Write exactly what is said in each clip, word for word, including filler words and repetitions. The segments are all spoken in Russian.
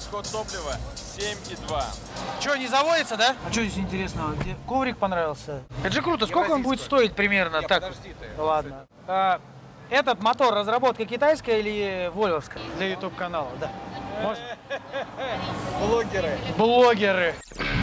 расход топлива семь и два. Что, не заводится, да? А что здесь интересного? Где коврик понравился? Это же круто. Сколько он будет стоить примерно? Не, так, подожди ты. ладно. А, этот мотор разработка китайская или вольвовская? Для YouTube канала, да. Можно? Блогеры. Блогеры.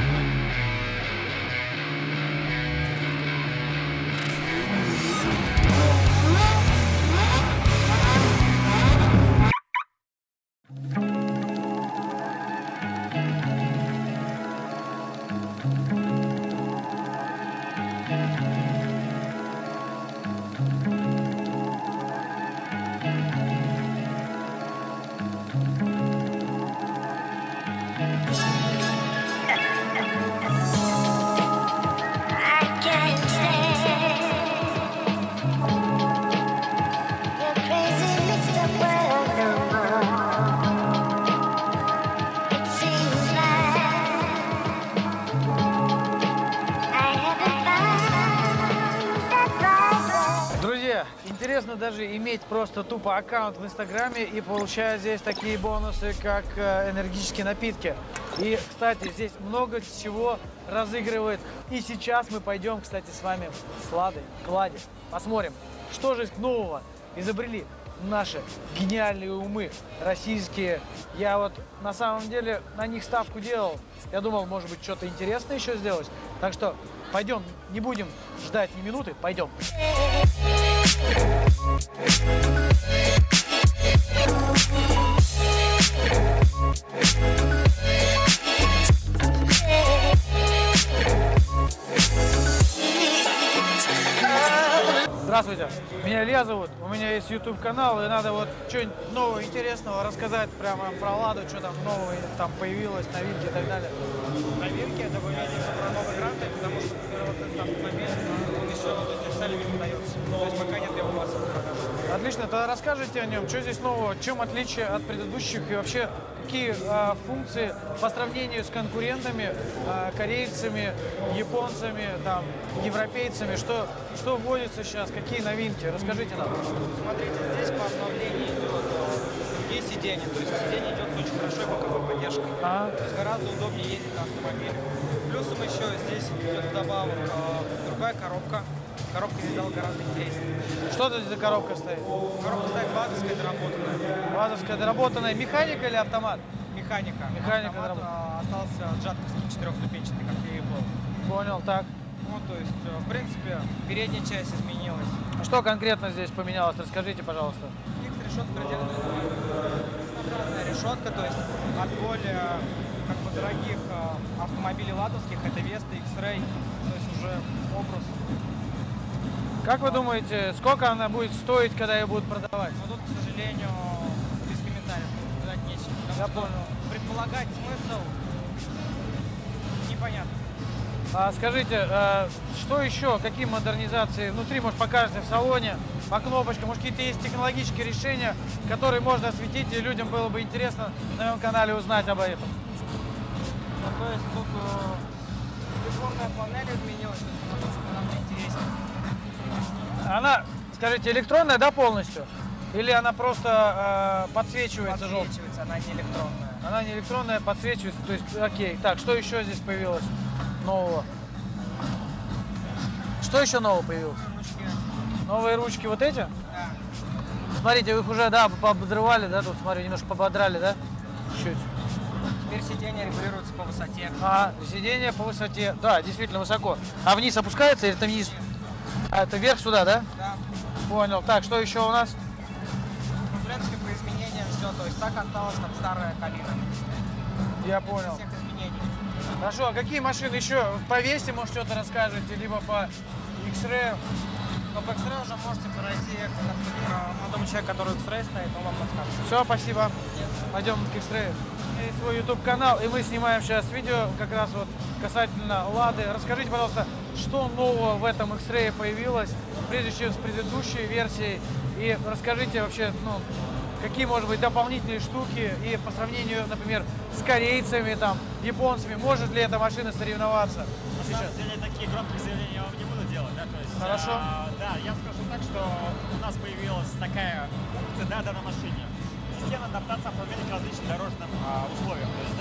Интересно даже иметь просто тупо аккаунт в Инстаграме и получать здесь такие бонусы, как э, энергетические напитки. И, кстати, здесь много чего разыгрывает. И сейчас мы пойдем, кстати, с вами с Ладой к Ладе. Посмотрим, что же нового изобрели наши гениальные умы российские. Я вот на самом деле на них ставку делал. Я думал, может быть, что-то интересное еще сделать. Так что пойдем, не будем ждать ни минуты, пойдем. Здравствуйте, меня Илья зовут, у меня есть YouTube канал, и надо вот что-нибудь нового, интересного рассказать прямо про Ладу, что там нового там появилось, новинки и так далее. Новинки, это вы имеете про новые гранты, потому что вот этот автомобиль, он еще официально не продается, то есть пока нет его массовых продаж. Отлично, тогда расскажите о нем, что здесь нового, чем отличие от предыдущих и вообще какие э, функции по сравнению с конкурентами, э, корейцами, японцами, там, европейцами, что, что вводится сейчас, какие новинки, расскажите нам. Смотрите, здесь по обновлению идет есть сиденье, то есть сиденье идет с очень хорошей боковой поддержкой, А? то есть гораздо удобнее ездить на автомобиле. Плюсом еще здесь идет вдобавок э, другая коробка. Коробка здесь стала гораздо интереснее. Что тут за коробка стоит? Коробка стоит базовская, доработанная. Базовская доработанная. Механика или автомат? Механика. Механика Автомат доработанная. остался джатковский четырехступенчатый, как и был. Понял, так. Ну, то есть, в принципе, передняя часть изменилась. А что конкретно здесь поменялось? Расскажите, пожалуйста. Икс-решетка проделана. Стандартная решетка, то есть от более как бы дорогих э, автомобилей ладовских, это Веста, X-Ray, то есть уже образ. Как вы думаете, сколько она будет стоить, когда ее будут продавать? Но тут, к сожалению, без комментариев сказать нечего. Я понял. Предполагать смысл непонятно. А скажите, а что еще, какие модернизации внутри, может, покажете в салоне, по кнопочкам, может, какие-то есть технологические решения, которые можно осветить, и людям было бы интересно на моем канале узнать об этом? Ну, то есть тут э, приборная панель изменилась, то есть она интереснее. Она, скажите, электронная, да, полностью? Или она просто э, подсвечивается желтым? Подсвечивается, она не электронная. Она не электронная, подсвечивается, то есть, окей. Так, что еще здесь появилось нового? Что еще нового появилось? Ручки. Новые ручки вот эти? Да. Смотрите, вы их уже, да, подрывали, да, тут, смотрю, немножко пободрали, да? Чуть. Теперь сиденье регулируется по высоте. А, сиденье по высоте, да, действительно высоко. А вниз опускается или это вниз? А, это вверх сюда, да? Да. Понял. Так, что еще у нас? Ну, в принципе, по изменениям все, то есть так осталась как старая кабина. Я понял. Всех изменений. Хорошо, а какие машины еще? По Весте, может, что-то расскажете, либо по X-Ray? Но по X-Ray уже можете пройти к молодому человеку, который X-Ray стоит, он вам подскажет. Все, спасибо. Пойдем к X-Ray. Есть свой YouTube канал, и мы снимаем сейчас видео как раз вот касательно Лады. Расскажите, пожалуйста, что нового в этом X-Ray появилось, прежде чем с предыдущей версией, и расскажите вообще, ну, какие, может быть, дополнительные штуки, и по сравнению, например, с корейцами, там, японцами, может ли эта машина соревноваться На сейчас? самом деле, такие громкие заявления я вам не буду делать, да, то есть... Хорошо. А, да, я скажу так, что у нас появилась такая функция, да, да, на машине. Система адаптации автомобиля к различным дорожным а, условиям. То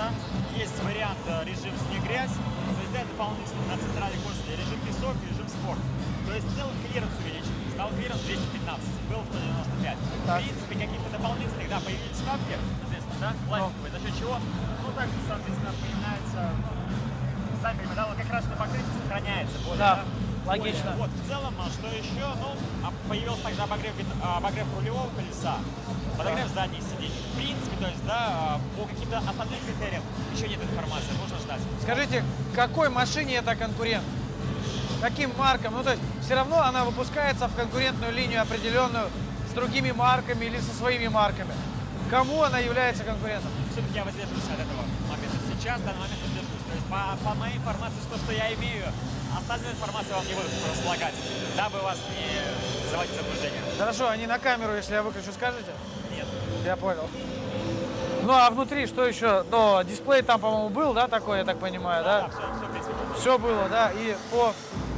да, есть вариант э, режим снег-грязь, то есть да, дополнительно на центральной кости режим песок и режим спорт. То есть целый клиренс увеличен. Стал клиренс двести пятнадцать, был сто девяносто пять. В принципе, каких-то дополнительных, да, появились шапки, соответственно, да, пластиковые, за счет чего, ну, так, соответственно, появляется, сами понимаете, да, вот как раз на покрытии сохраняется более, Да, да, логично. более. Вот, в целом, а что еще, ну, а появился также обогрев, вид- а, обогрев рулевого колеса, подогрев задних сидений. В принципе, то есть, да, по каким-то основным критериям еще нет информации, нужно ждать. Скажите, какой машине это конкурент? Каким маркам? Ну, то есть, все равно она выпускается в конкурентную линию определенную с другими марками или со своими марками. Кому она является конкурентом? Все-таки я воздерживаюсь от этого момента. Сейчас, в данный момент воздерживаюсь. То есть, по, по моей информации, то, что я имею, остальную информацию вам не буду располагать, дабы вас не заводить в заблуждение. Хорошо, они на камеру, если я выключу, скажете? Нет. Я понял. Ну, а внутри что еще? Ну, дисплей там, по-моему, был, да, такой, я так понимаю, да? Да, все, все, в принципе. Все было, да? И по...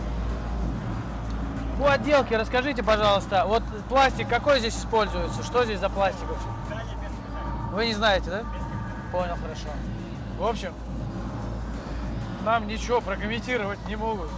По отделке расскажите, пожалуйста, вот пластик какой здесь используется? Что здесь за пластик вообще? Крайне без комментариев. Вы не знаете, да? Без комментариев. Понял, хорошо. В общем, нам ничего прокомментировать не могут.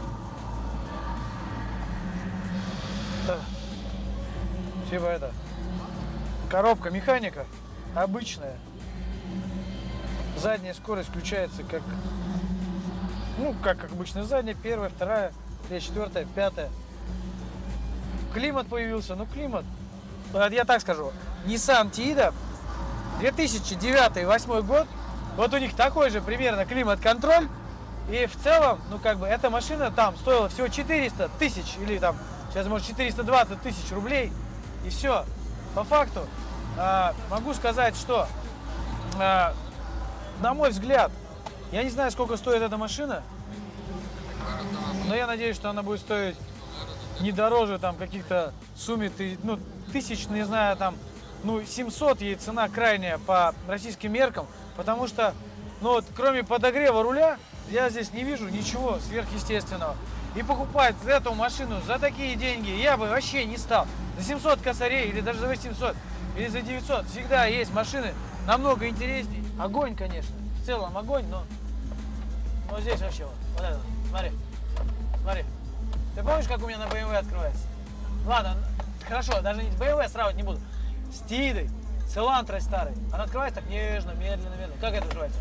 Да. Типа это. Коробка механика обычная. Задняя скорость включается как, ну, как обычно, задняя, первая, вторая, третья, четвертая, пятая. Климат появился, ну климат, я так скажу, Nissan Tiida, две тысячи девятый — две тысячи восьмой год, вот у них такой же примерно климат-контроль, и в целом, ну как бы, эта машина там стоила всего четыреста тысяч, или там, сейчас может четыреста двадцать тысяч рублей, и все. По факту, а, могу сказать, что, а, на мой взгляд, я не знаю, сколько стоит эта машина, но я надеюсь, что она будет стоить не дороже там каких-то сумме, ну, тысяч, не знаю, там, ну, семьсот ей цена крайняя по российским меркам, потому что, ну, вот, кроме подогрева руля, я здесь не вижу ничего сверхъестественного. И покупать эту машину за такие деньги я бы вообще не стал. За семьсот косарей или даже за восемьсот или за девятьсот всегда есть машины намного интереснее. Огонь, конечно, в целом огонь, но, но здесь вообще вот, вот это, смотри, смотри. Ты помнишь, как у меня на бэ эм вэ открывается? Ладно, хорошо, даже не с бэ эм вэ сравнивать не буду. С Тидой, с Элантрой старой. Она открывается так нежно, медленно, медленно. Как это называется?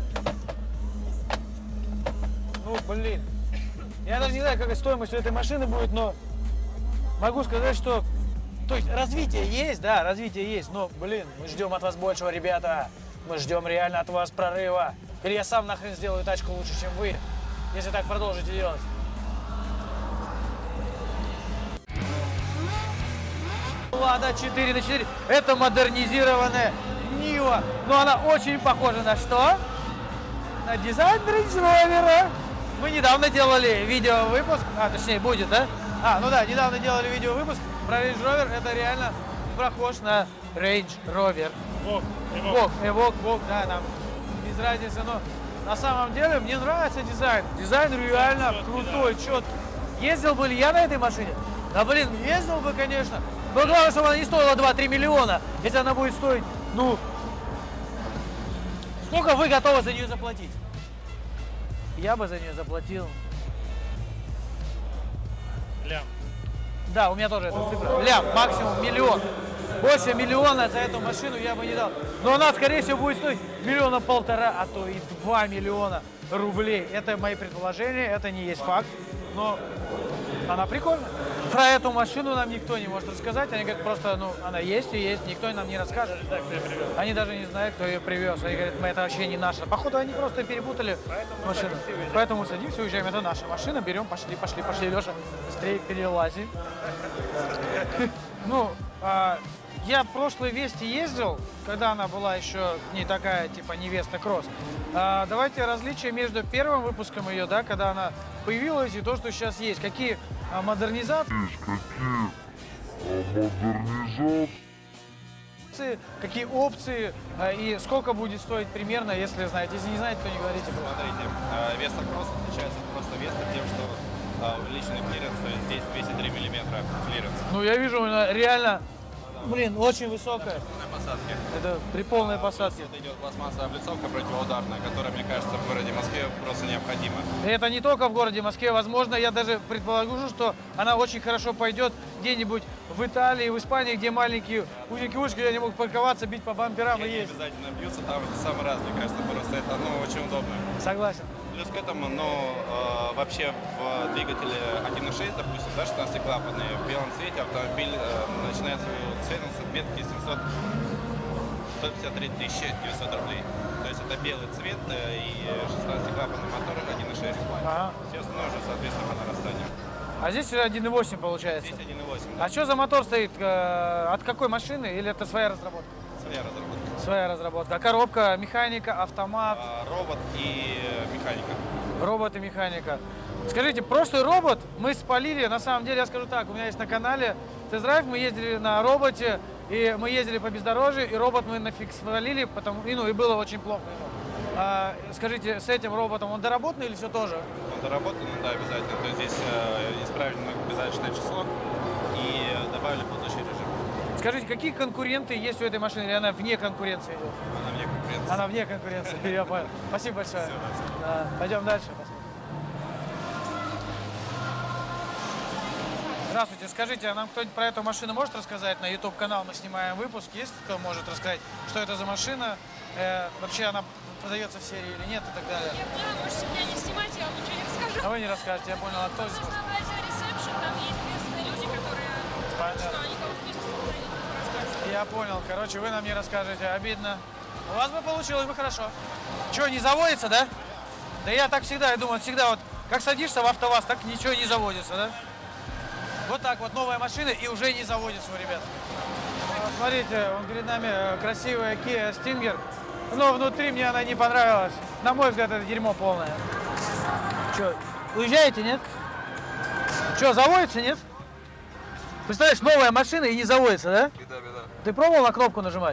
Ну, блин. Я даже не знаю, какая стоимость у этой машины будет, но могу сказать, что... То есть развитие есть, да, развитие есть, но, блин, мы ждем от вас большего, ребята. Мы ждем реально от вас прорыва. Или я сам нахрен сделаю тачку лучше, чем вы, если так продолжите делать. Лада четыре на четыре. Это модернизированная Нива. Но она очень похожа на что? На дизайн Range Rover. Мы недавно делали видеовыпуск. А, точнее, будет, да? А, ну да, недавно делали видеовыпуск про Range Rover. Это реально похож на Range Rover. Вок, Вок, Эвок, Вок, да, там без разницы. Но на самом деле мне нравится дизайн. Дизайн реально крутой, четкий. Ездил бы ли я на этой машине? Да, блин, ездил бы, конечно. Но главное, чтобы она не стоила два-три миллиона. Если она будет стоить, ну... Сколько вы готовы за нее заплатить? Я бы за нее заплатил. Лям. Да, у меня тоже эта цифра. Лям, максимум миллион. Больше миллиона за эту машину я бы не дал. Но она, скорее всего, будет стоить миллиона полтора, а то и два миллиона рублей. Это мои предположения, это не есть факт. Но она прикольная. Про эту машину нам никто не может рассказать. Они говорят, просто, ну, она есть и есть, никто нам не расскажет. Они даже не знают, кто ее привез. Они говорят, мы это вообще не наша. Походу, они просто перепутали Поэтому машину. садимся, Поэтому садимся, уезжаем. Это наша машина, берем, пошли, пошли, пошли. Леша, быстрее перелази. Ну, я в прошлой Весте ездил, когда она была еще не такая, типа, невеста кросс. А, давайте различия между первым выпуском ее, да, когда она появилась, и то, что сейчас есть. Какие а, модернизации, Какие модернизации? какие опции а, и сколько будет стоить примерно, если знаете. Если не знаете, то не говорите. Смотрите, Веста Кросс отличается от просто Веста тем, что увеличенный клиренс, то есть здесь двести три миллиметра клиренс. Ну, я вижу, она реально Блин, очень высокая. На посадке. Это при полной посадке. Вот идет пластмассовая облицовка противоударная, которая, мне кажется, в городе Москве просто необходима. И это не только в городе Москве. Возможно, я даже предположу, что она очень хорошо пойдет где-нибудь в Италии, в Испании, где маленькие узенькие, где они могут парковаться, бить по бамперам и Они есть. обязательно бьются, там это самый раз, мне кажется, просто это ну, очень удобно. Согласен. Плюс к этому, ну, э, вообще в двигателе один и шесть, допустим, да, шестнадцатиклапанный, в белом цвете автомобиль э, начинает свою цену с отметки семьсот пятьдесят три тысячи девятьсот рублей. То есть это белый цвет э, и шестнадцатиклапанный мотор один и шесть. Ага. Все остальное уже, соответственно, по нарастанию. А здесь один и восемь получается. Здесь один и восемь, А да. что за мотор стоит? Э, От какой машины? Или это своя разработка? Своя разработка. Своя разработка. А коробка, механика, автомат, А, робот и э, механика. робот и механика. Скажите, прошлый робот мы спалили, на самом деле, я скажу так, у меня есть на канале тест-драйв, мы ездили на роботе, и мы ездили по бездорожью, и робот мы нафиг свалили, потому, и, ну, и было очень плохо ему. А, скажите, с этим роботом он доработан или все тоже? Он доработан, ну да, обязательно. То есть здесь э, исправили многообязательное число и добавили ползущий режим. Скажите, какие конкуренты есть у этой машины, или она вне конкуренции идет? Она вне конкуренции. Она вне конкуренции, я понял. Спасибо большое. Да, пойдем дальше. Здравствуйте, скажите, а нам кто-нибудь про эту машину может рассказать? На YouTube-канал мы снимаем выпуск. Есть кто может рассказать, что это за машина? Э, вообще она продается в серии или нет и так далее? Нет, да, можете меня не снимать, я вам ничего не расскажу. А вы не расскажете, я понял, а кто здесь Можно может? набрать ресепшн, там есть местные люди, которые скажут, Понятно. что они кого-то вместе с вами рассказывают. Я понял, короче, вы нам не расскажете, обидно. У вас бы получилось бы хорошо. Че, не заводится, да? Да я так всегда, я думаю, всегда вот, как садишься в АвтоВАЗ, так ничего не заводится, да? Вот так вот, новая машина и уже не заводится у ребят. Вот, смотрите, он перед нами э, красивая Kia Stinger, но внутри мне она не понравилась. На мой взгляд, это дерьмо полное. Че, уезжаете, нет? Че, заводится, нет? Представляешь, новая машина и не заводится, да? Беда, беда. Ты пробовал на кнопку нажимать?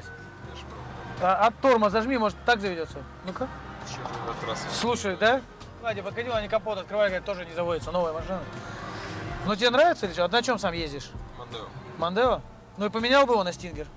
А, от тормоза зажми, может так заведется. Ну-ка. Слушай, да? Владя, подходил, они капот открывали, говорят, тоже не заводится, новая машина. Ну тебе нравится или что? А на чем сам ездишь? Мандео. Мандео? Ну и поменял бы его на Стингер.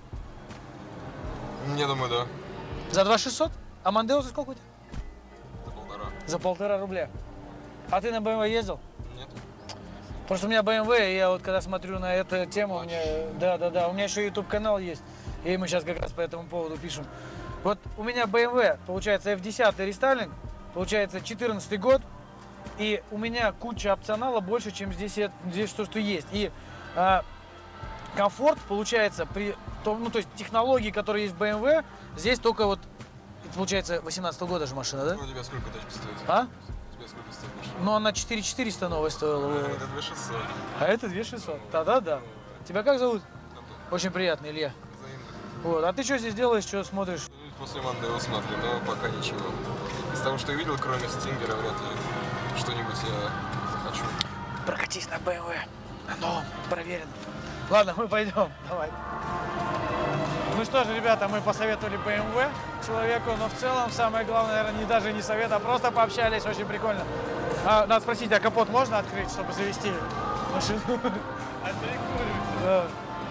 Не думаю, да. За два шестьсот? А Мандео за сколько у тебя? За полтора. За полтора рубля. А ты на бэ эм вэ ездил? Нет. Просто у меня бэ эм вэ, и я вот когда смотрю на эту тему, у меня, да, да, да, у меня еще YouTube канал есть, и мы сейчас как раз по этому поводу пишем. Вот у меня бэ эм вэ, получается, эф десять рестайлинг, получается, четырнадцатый год, и у меня куча опционала больше, чем здесь, здесь то, что есть. И а, комфорт, получается, при том, ну, то есть технологии, которые есть в бэ эм вэ, здесь только вот, получается, восемнадцатого года же машина, да? У тебя сколько тачки стоит? А? У тебя сколько стоит машина? Ну, она четыре тысячи четыреста новая стоила. Это две тысячи шестьсот. А это две тысячи шестьсот. Тогда да. Тебя как зовут? Антон. Очень приятно, Илья. Взаимно. Вот. А ты что здесь делаешь, что смотришь? После Мандео смотрю, но пока ничего. Из того, что я видел, кроме Стингера, вряд ли что-нибудь я захочу. Прокатись на бэ эм вэ. На новом, проверен. Ладно, мы пойдем. Давай. Ну что же, ребята, мы посоветовали бэ эм вэ человеку, но в целом самое главное, наверное, не даже не совет, а просто пообщались, очень прикольно. А, надо спросить, а капот можно открыть, чтобы завести машину? Да.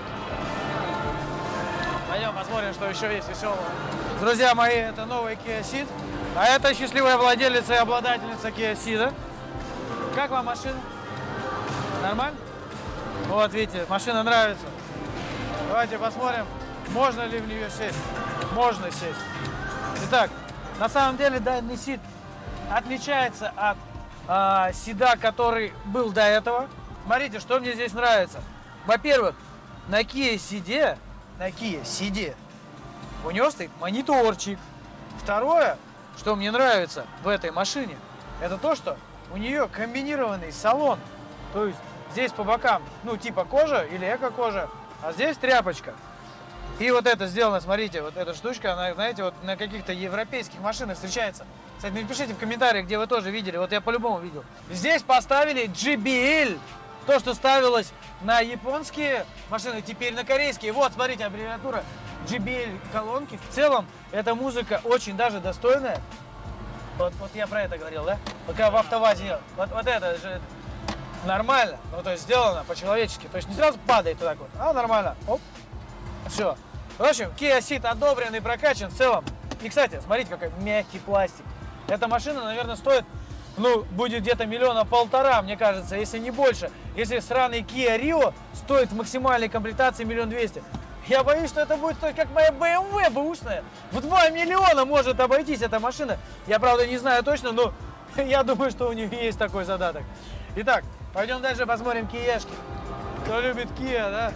Пойдем посмотрим, что еще есть веселого. Друзья мои, это новый Kia Ceed, а это счастливая владелица и обладательница Kia Ceed. Как вам машина? Нормально? Вот, видите, машина нравится. Давайте посмотрим, можно ли в нее сесть. Можно сесть. Итак, на самом деле данный Ceed отличается от э, Ceed, который был до этого. Смотрите, что мне здесь нравится. Во-первых, на Kia Ceed, на Kia Ceed у него стоит мониторчик. Второе, что мне нравится в этой машине, это то, что у нее комбинированный салон. То есть здесь по бокам, ну, типа кожа или эко-кожа, а здесь тряпочка. И вот это сделано, смотрите, вот эта штучка, она, знаете, вот на каких-то европейских машинах встречается. Кстати, напишите в комментариях, где вы тоже видели, вот я по-любому видел. Здесь поставили джей би эл, то, что ставилось на японские машины, теперь на корейские. Вот, смотрите, аббревиатура джей би эл колонки. В целом, эта музыка очень даже достойная. Вот, вот я про это говорил, да? Пока в АвтоВАЗе, вот, вот это же нормально, ну, то есть сделано по-человечески. То есть не сразу падает вот так вот, а нормально. Оп. Все. В общем, Kia Ceed одобрен и прокачан в целом. И, кстати, смотрите, какой мягкий пластик. Эта машина, наверное, стоит, ну, будет где-то миллиона полтора, мне кажется, если не больше. Если сраный Kia Rio стоит в максимальной комплектации миллион двести. Я боюсь, что это будет стоить, как моя бэ эм вэ бэушная. В два миллиона может обойтись эта машина. Я, правда, не знаю точно, но я думаю, что у нее есть такой задаток. Итак, пойдем дальше посмотрим киешки. Кто любит Kia, да?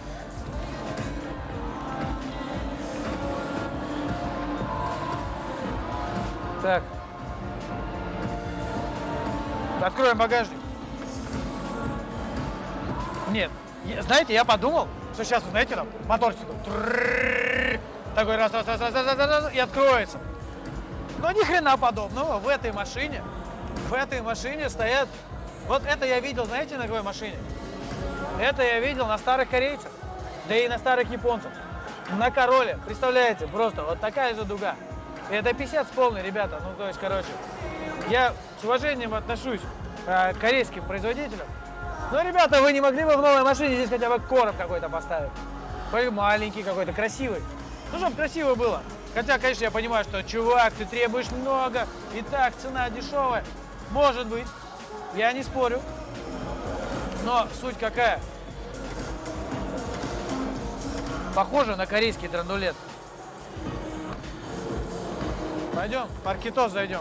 Так. Откроем багажник. Нет. Знаете, я подумал, что сейчас, знаете, там моторчик такой раз, раз, раз, раз, раз, раз, раз, и откроется. Но ни хрена подобного. В этой машине, в этой машине стоят... Вот это я видел, знаете, на какой машине? Это я видел на старых корейцах, да и на старых японцев. На Короле, представляете, просто вот такая же дуга. И это пятьдесят с полной, ребята. Ну, то есть, короче, я с уважением отношусь э, к корейским производителям. Но, ребята, вы не могли бы в новой машине здесь хотя бы короб какой-то поставить? Какой маленький какой-то, красивый. Ну, чтобы красиво было. Хотя, конечно, я понимаю, что, чувак, ты требуешь много, и так цена дешевая. Может быть, я не спорю. Но суть какая? Похоже на корейский драндулет. Пойдем, в паркетос зайдем.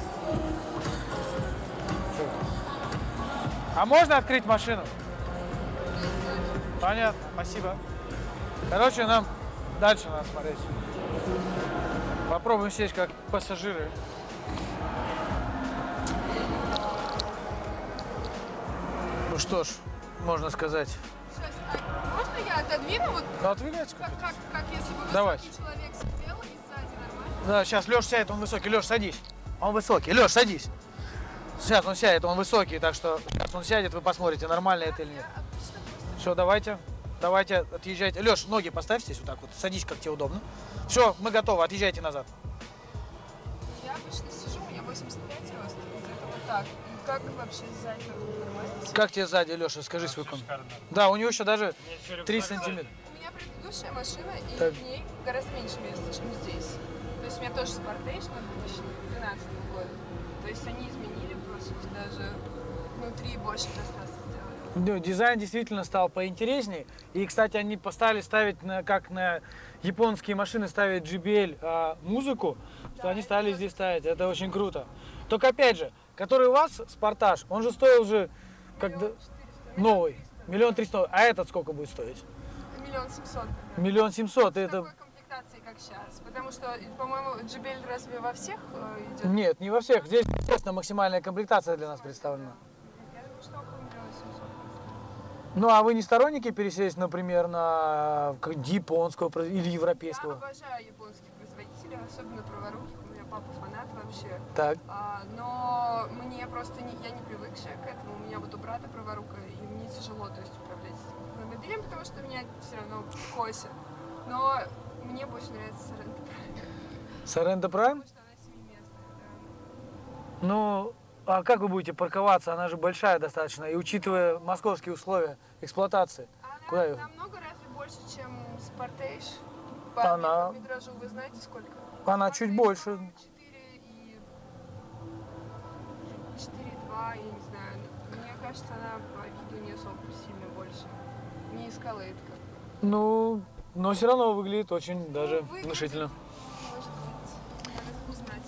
А можно открыть машину? Понятно, спасибо. Короче, нам дальше надо смотреть. Попробуем сесть как пассажиры. Ну что ж, можно сказать. Сейчас, а можно я отодвину? Вот Да, отвигайте. как, как, как если бы высокий Давай. человек сидел и сзади нормально? Да, сейчас Леш сядет, он высокий. Леш, садись. Он высокий. Леш, садись. Сейчас он сядет, он высокий, так что сейчас он сядет, вы посмотрите, нормально это или нет. Все, давайте. Давайте, отъезжайте. Леш, ноги поставь здесь вот так вот. Садись, как тебе удобно. Все, мы готовы, отъезжайте назад. Я обычно сижу, у меня восемьдесят пять рост, где-то вот так. И как вообще сзади нормально? Как тебе сзади, Леша, скажи свой ком. Да, у него еще даже три сантиметра. У меня предыдущая машина, и Так. в ней гораздо меньше места, чем здесь. То есть у меня тоже Sportage на две тысячи двенадцатого года. То есть они изменили, по сути, даже внутри больше пространства сделали. Ну, дизайн действительно стал поинтереснее. И, кстати, они стали ставить, на, как на японские машины ставят джей би эл а, музыку, что Да, они это стали тоже здесь ставить. Это очень круто. Только, опять же, который у вас, Sportage, он же стоил уже как Миллион да, четыреста, новый. Миллион триста. А этот сколько будет стоить? Миллион семьсот. примерно. Миллион семьсот. В Это... такой комплектации, как сейчас. Потому что, по-моему, джей би эл разве во всех э, идет? Нет, не во всех. Здесь, естественно, максимальная комплектация для нас представлена. Я думаю, что около миллиона семьсот. Ну, а вы не сторонники пересесть, например, на как, японского произ- или Я европейского? обожаю японских производителей, особенно праворуких. У меня папа фанат вообще. Так. А, но мне просто не, я не привыкшая к этому. У меня вот у брата праворука, и мне тяжело, то есть, управлять автомобилем, потому что меня все равно косит. Но мне больше нравится Sorento Prime, Sorento Prime? потому что она семиместная. Ну, а как вы будете парковаться? Она же большая достаточно. И учитывая московские условия эксплуатации. Да. Куда Она её? намного разве больше, чем Sportage. По Она- метражу вы знаете сколько? Она чуть Sportage, больше. по-моему, четыре и четыре и два, я не знаю. Мне кажется, она по виду не особо сильно больше. Не эскалейтка. Ну, но все равно выглядит очень даже выглядит. внушительно. Может быть, надо узнать.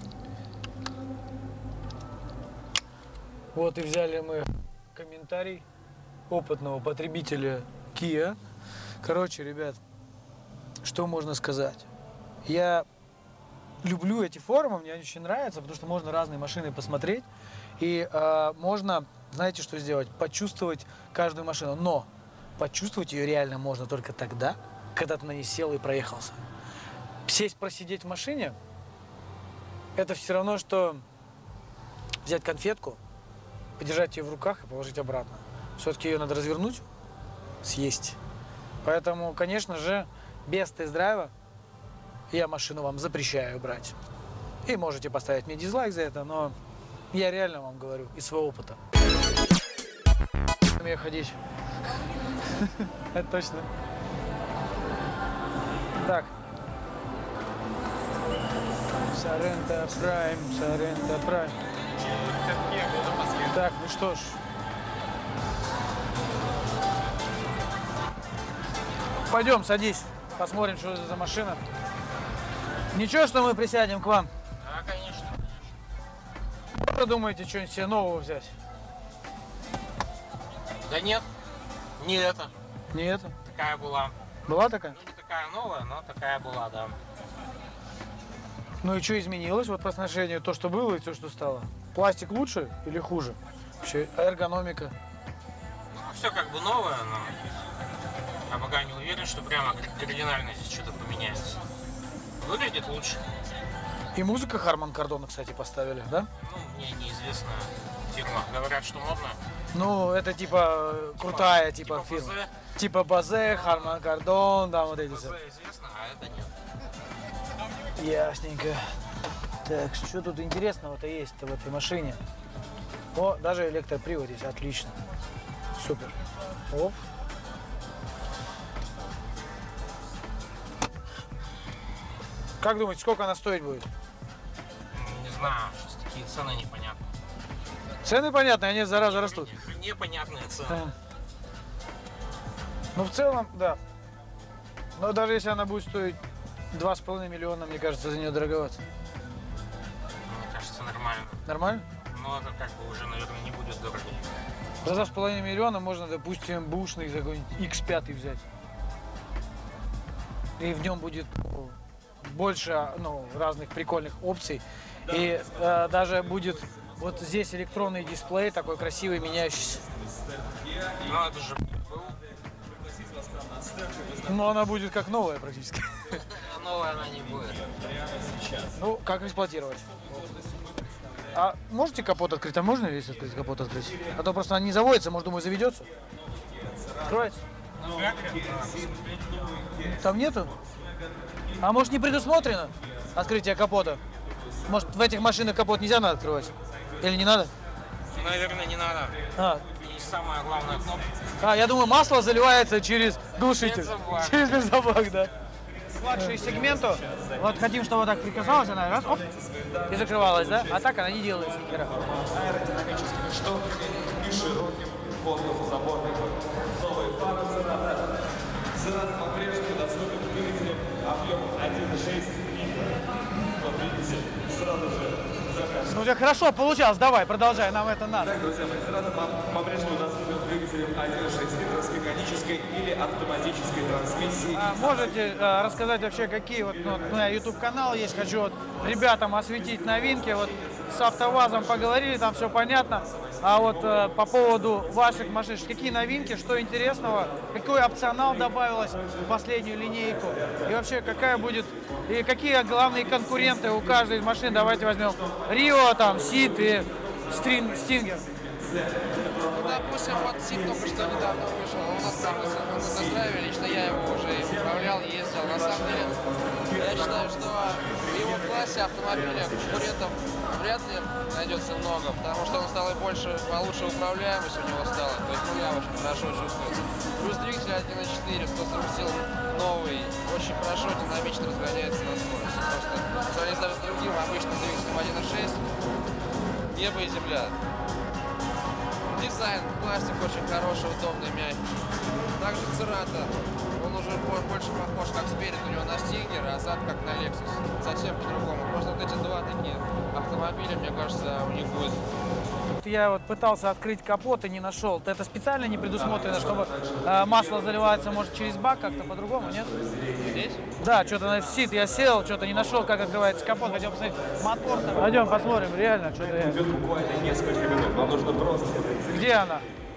Вот и взяли мы комментарий опытного потребителя Kia. Короче, ребят, что можно сказать? Я люблю эти форумы, мне они очень нравятся, потому что можно разные машины посмотреть. И э, можно, знаете, что сделать? Почувствовать каждую машину. Но почувствовать ее реально можно только тогда, когда ты на ней сел и проехался. Сесть, просидеть в машине, это все равно, что взять конфетку, подержать ее в руках и положить обратно. Все-таки ее надо развернуть, съесть. Поэтому, конечно же, без тест-драйва я машину вам запрещаю брать. И можете поставить мне дизлайк за это, но я реально вам говорю из своего опыта. Мне ходить. Это точно. Так. Sorento Prime, Sorento Prime. Так, ну что ж. Пойдем, садись. Посмотрим, что это за машина. Ничего, что мы присядем к вам? Да, конечно. Что думаете, что-нибудь себе нового взять? Да нет, не это. Не это? Такая была. Была такая? Ну, не такая новая, но такая была, да. Ну и что изменилось вот по отношению то, что было и то, что стало? Пластик лучше или хуже? Вообще эргономика. Ну, все как бы новое, но я пока не уверен, что прямо кардинально здесь что-то поменяется. Выглядит лучше. И музыка Harman Kardon, кстати, поставили, да? Ну, мне неизвестная фирма. Говорят, что модно. Ну, это типа крутая типа, Типа фирма. Бозе. Типа Бозе, Harman Kardon, да, вот эти все. Бозе известно, а это нет. Ясненько. Так, что тут интересного-то есть-то в этой машине? О, даже электропривод есть, отлично. Супер. Оп. Как думаете, сколько она стоить будет? Не знаю, сейчас такие цены непонятные. Цены понятны, они зараза растут. Непонятные цены. Да. Ну, в целом, да. Но даже если она будет стоить два с половиной миллиона, мне кажется, за нее дороговато. Мне кажется, нормально. Нормально? Но это как бы уже, наверное, не будет дорого. За два с половиной миллиона можно, допустим, бушный какой-нибудь икс пять взять. И в нем будет больше, ну, разных прикольных опций. И э, даже будет вот здесь электронный дисплей, такой красивый, меняющийся. Ну, это же был. Но она будет как новая практически. Новая она не будет. Ну, как эксплуатировать? А можете капот открыть? А можно весь открыть, капот открыть? А то просто она не заводится, может, думаю, заведется. Откроется? Там нету? А может, не предусмотрено открытие капота? Может, в этих машинах капот нельзя надо открывать? Или не надо? Наверное, не надо. А, И самая главная кнопка. а я думаю, масло заливается через глушитель. Бензобак. Через бензобак, да. Младшую сегменту, вот хотим, чтобы вот так прикасалась, она раз, оп, и закрывалась, да? А так она не делается ни хера. Аэродинамическими шторками и широким воздухозаборным. Новые фары Церата. Церата по-прежнему доступен двигателем объемом один и шесть литра. Вот видите, сразу же закажем. Ну, у тебя хорошо получалось, давай, продолжай, нам это надо. Так, друзья мои, Церата по-прежнему доступен двигателем один и шесть литра с механической или автоматической трансмиссией. А можете э, рассказать вообще, какие вот, ну, вот у меня YouTube-канал есть, хочу вот ребятам осветить новинки, вот с АвтоВАЗом поговорили, там все понятно, а вот э, по поводу ваших машин, какие новинки, что интересного, какой опционал добавилось в последнюю линейку, и вообще какая будет, и какие главные конкуренты у каждой из машин, давайте возьмем Рио, там, Сид и Стрин, Стингер. Ну, допустим, вот Сид только что недавно вышел, у нас там на тест-драйве, лично я его уже управлял, ездил. На самом деле, я считаю, что в его классе автомобиля конкурентов вряд ли найдется много, потому что он стал и больше, получше управляемость у него стала, то есть руля очень хорошо чувствуется. Плюс двигатель один и четыре, сто сорок сил новый, очень хорошо, динамично разгоняется на скорости. Просто в сравнении даже с другим обычным двигателем один и шесть, небо и земля. Дизайн, пластик очень хороший, удобный, мягкий. Также Церата, он уже больше похож как спереди у него на Стингер, а зад как на Lexus. Совсем по-другому. Просто вот эти два такие автомобиля, мне кажется, у них будет. Я вот пытался открыть капот и не нашел. Это специально не предусмотрено, чтобы э, масло заливается, может, через бак как-то по-другому, нет? Здесь? Да, что-то на Сид я сел, что-то не нашел, как открывается капот. Хотел посмотреть мотор. Пойдем посмотрим, реально, что-то я... Идет буквально несколько минут, вам нужно просто... Где она?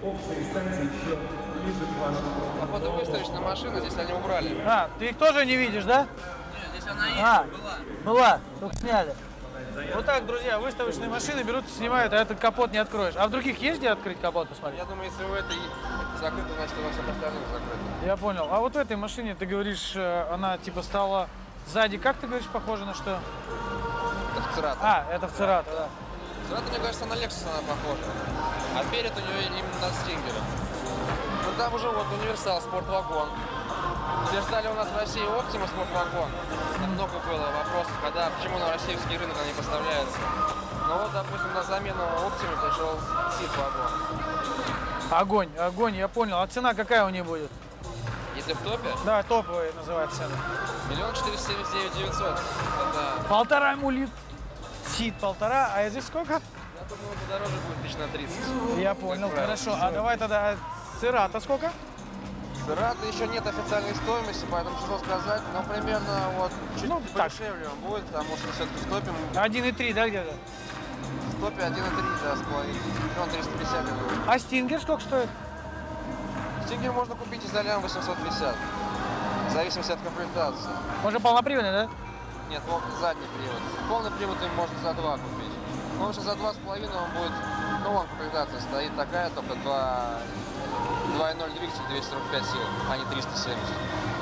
А потом выставочная машина, здесь они убрали. А, ты их тоже не видишь, да? Нет, здесь она есть, А, была. была, только сняли. Вот так, друзья, выставочные машины берут, снимают, а этот капот не откроешь. А в других есть где открыть капот, посмотри? Я думаю, если у этой закрыто, значит, у нас всех остальных закрыто. Я понял. А вот в этой машине, ты говоришь, э, она типа стала сзади, как ты говоришь, похожа на что? Это в Церата. А, это в Церата, да. Церата, мне кажется, на Lexus она похожа. А перед у нее именно на Стингера. Ну там уже вот универсал, спортвагон. Утверждали у нас в России Optimus вагон. Много было вопросов, когда, почему на российский рынок они поставляются. Но вот, допустим, на замену Optimus пришел Seat вагон. Огонь, огонь, я понял. А цена какая у них будет? Если в топе? Да, топовые называют цены. Миллион четыреста семьдесят девять девятьсот. Это... Полтора ему лит. Сит полтора, а здесь сколько? Я думаю, подороже будет тысяч на тридцать. Я понял, хорошо. А давай тогда Церата сколько? Церата еще нет официальной стоимости, поэтому тяжело сказать, но примерно вот чуть ну, подешевле он будет, потому что все-таки в топе... один и три, да, где-то? В топе один и три, да, с половиной. Миллион триста пятьдесят будет. А Стингер сколько стоит? Стингер можно купить и за лям восемьсот пятьдесят. В зависимости от комплектации. Можно полноприводный, да? Нет, задний привод. Полный привод им можно за два купить. Ну, что за два с половиной он будет, ну, вон комплектация стоит такая, только два и ноль двигатель, двести сорок пять сил, а не триста семьдесят.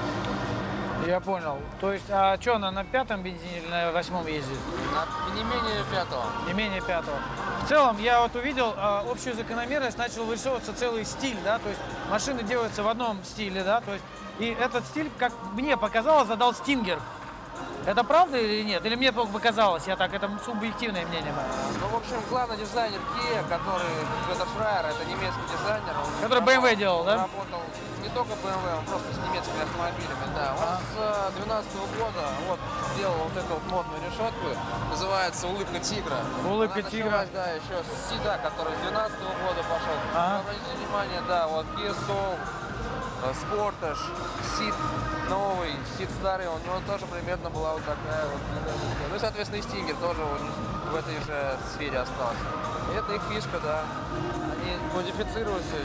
Я понял. То есть, а что, она на пятом бензине или на восьмом ездит? На, не менее пятого. Не менее пятого. В целом, я вот увидел а, общую закономерность, начал вырисовываться целый стиль, да, то есть машины делаются в одном стиле, да, то есть, и этот стиль, как мне показалось, задал Стингер. Это правда или нет? Или мне только показалось? Я так, это субъективное мнение мое. Ну, в общем, главный дизайнер Kia, который Петер Шрайер, это немецкий дизайнер. Который бэ эм вэ делал, да? Работал не только бэ эм вэ, он просто с немецкими автомобилями, да. Он а. с две тысячи двенадцатого года вот сделал вот эту вот модную решетку, называется «Улыбка тигра». Улыбка Она тигра. началась, да, еще с Сида, который с две тысячи двенадцатого года пошел. А. Обратите внимание, да, вот Kia Soul, Sportage, Сид новый, Сид старый, у него тоже примерно была вот такая вот. Ну и, соответственно, и Стингер тоже в этой же сфере остался. И это их фишка, да. Они модифицируются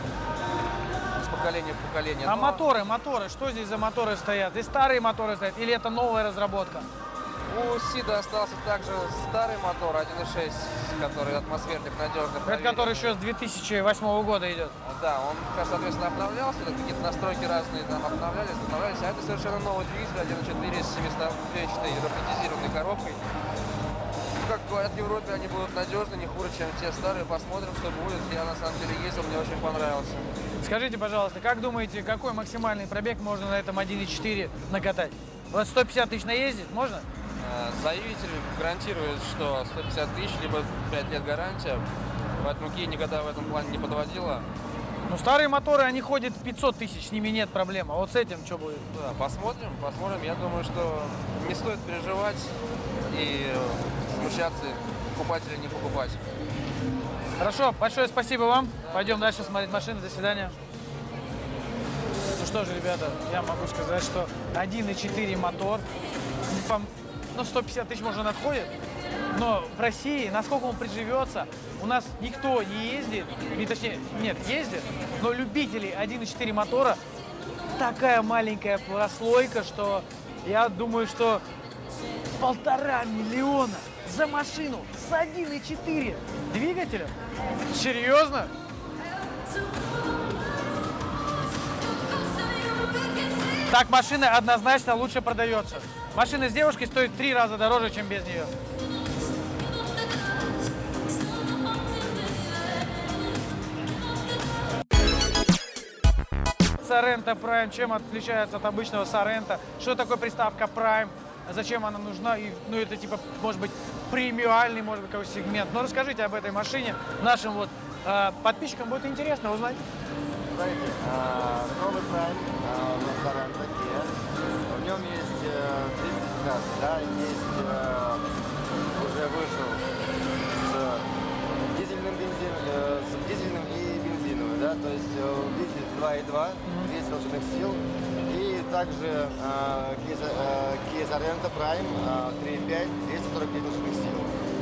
с поколения в поколение. А Но... моторы, моторы, что здесь за моторы стоят? И старые моторы стоят, или это новая разработка? У Сида остался также старый мотор один и шесть, который атмосферник надежный. Это который еще с две тысячи восьмого года идет. Да, он, соответственно, обновлялся, какие-то настройки разные там обновлялись, обновлялись, а это совершенно новый двигатель один и четыре с семиступенчатой роботизированной коробкой. Как говорят в Европе, они будут надежны, не хуже, чем те старые. Посмотрим, что будет. Я на самом деле ездил, мне очень понравился. Скажите, пожалуйста, как думаете, какой максимальный пробег можно на этом один и четыре накатать? Вот сто пятьдесят тысяч наездить можно? Заявитель гарантирует, что сто пятьдесят тысяч, либо пять лет гарантия. Поэтому Kia никогда в этом плане не подводила. Ну, старые моторы, они ходят пятьсот тысяч, с ними нет проблем. А вот с этим что будет? Да, посмотрим, посмотрим. Я думаю, что не стоит переживать и смущаться, покупать или не покупать. Хорошо, большое спасибо вам. Да. Пойдем дальше смотреть машины. До свидания. Ну что же, ребята, я могу сказать, что один и четыре мотор, ну, сто пятьдесят тысяч, может, он отходит, но в России, насколько он приживется, у нас никто не ездит, и, точнее, нет, ездит, но любителей один и четыре мотора такая маленькая прослойка, что я думаю, что полтора миллиона за машину с один и четыре двигателем? Серьезно? Так машина однозначно лучше продается. Машина с девушкой стоит в три раза дороже, чем без нее. Sorento Prime. Чем отличается от обычного Sorento? Что такое приставка Prime? Зачем она нужна? И, ну, это типа, может быть, премиальный, может быть, какой-то сегмент. Но расскажите об этой машине. Нашим вот э, подписчикам будет интересно узнать. Смотрите, э, новый Prime э, на Sorento Kia. В нем есть э, двести пятнадцать, да, есть э, уже вышел с дизельным бензином, э, с дизельным и бензиновым, да, то есть э, дизель два и два, двести лошадиных сил. И также э, Kia, э, Kia Sorento Prime э, три и пять, двести сорок пять лошадиных сил.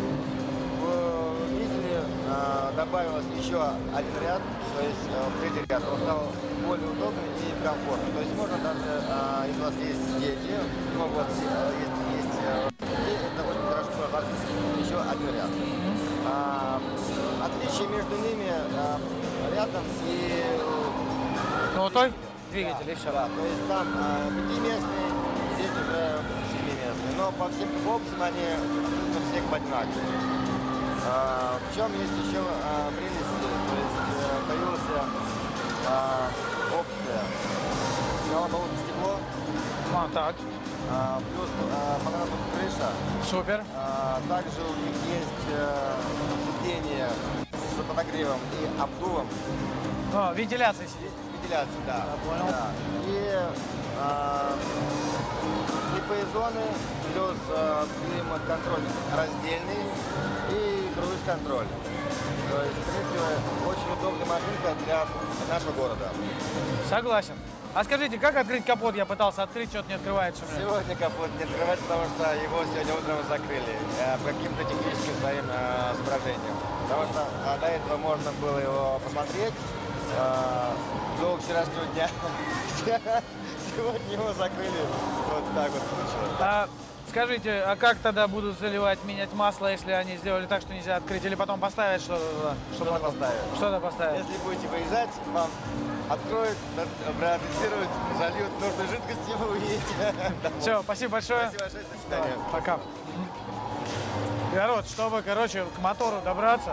В дизеле э, добавилось еще один ряд, то есть э, третий ряд, он стал более удобным и комфортным. То есть можно даже, э, если у вас есть дети, могут э, есть, есть э, дети, это очень хорошо проработать еще один ряд. А, отличие между ними э, рядом и... Ну, той двигатель, да, и все. Да, то есть там э, пятиместный, здесь уже семиместный. Но по всем опциям они все одинаковые. А, в чем есть еще а, прелести, то есть э, появилась а, опция головоломное стекло. А, так. А, плюс а, панорамная крыша. Супер. А, также у них есть а, сиденье с подогревом и обдувом. А, вентиляция сидит. Вентиляция, да. Я понял. Да. И а, слепые зоны, плюс а, климат-контроль раздельный и круиз-контроль. То есть, в принципе, очень удобная машинка для нашего города. Согласен. А скажите, как открыть капот? Я пытался открыть, что-то не открывается у меня. Сегодня капот не открывается, потому что его сегодня утром закрыли э, по каким-то техническим своим э, соображениям. Потому что а, до этого можно было его посмотреть э, до вчерашнего дня. Сегодня его закрыли. Вот так вот получилось. А, скажите, а как тогда будут заливать, менять масло, если они сделали так, что нельзя открыть? Или потом поставить что-то туда? Что-то можно... поставить. Что-то поставить. Если будете выезжать, вам откроют, протестируют, зальют нужную жидкость, и вы уедете. Все, спасибо большое. Спасибо большое, до свидания. Пока. Народ, чтобы, короче, к мотору добраться.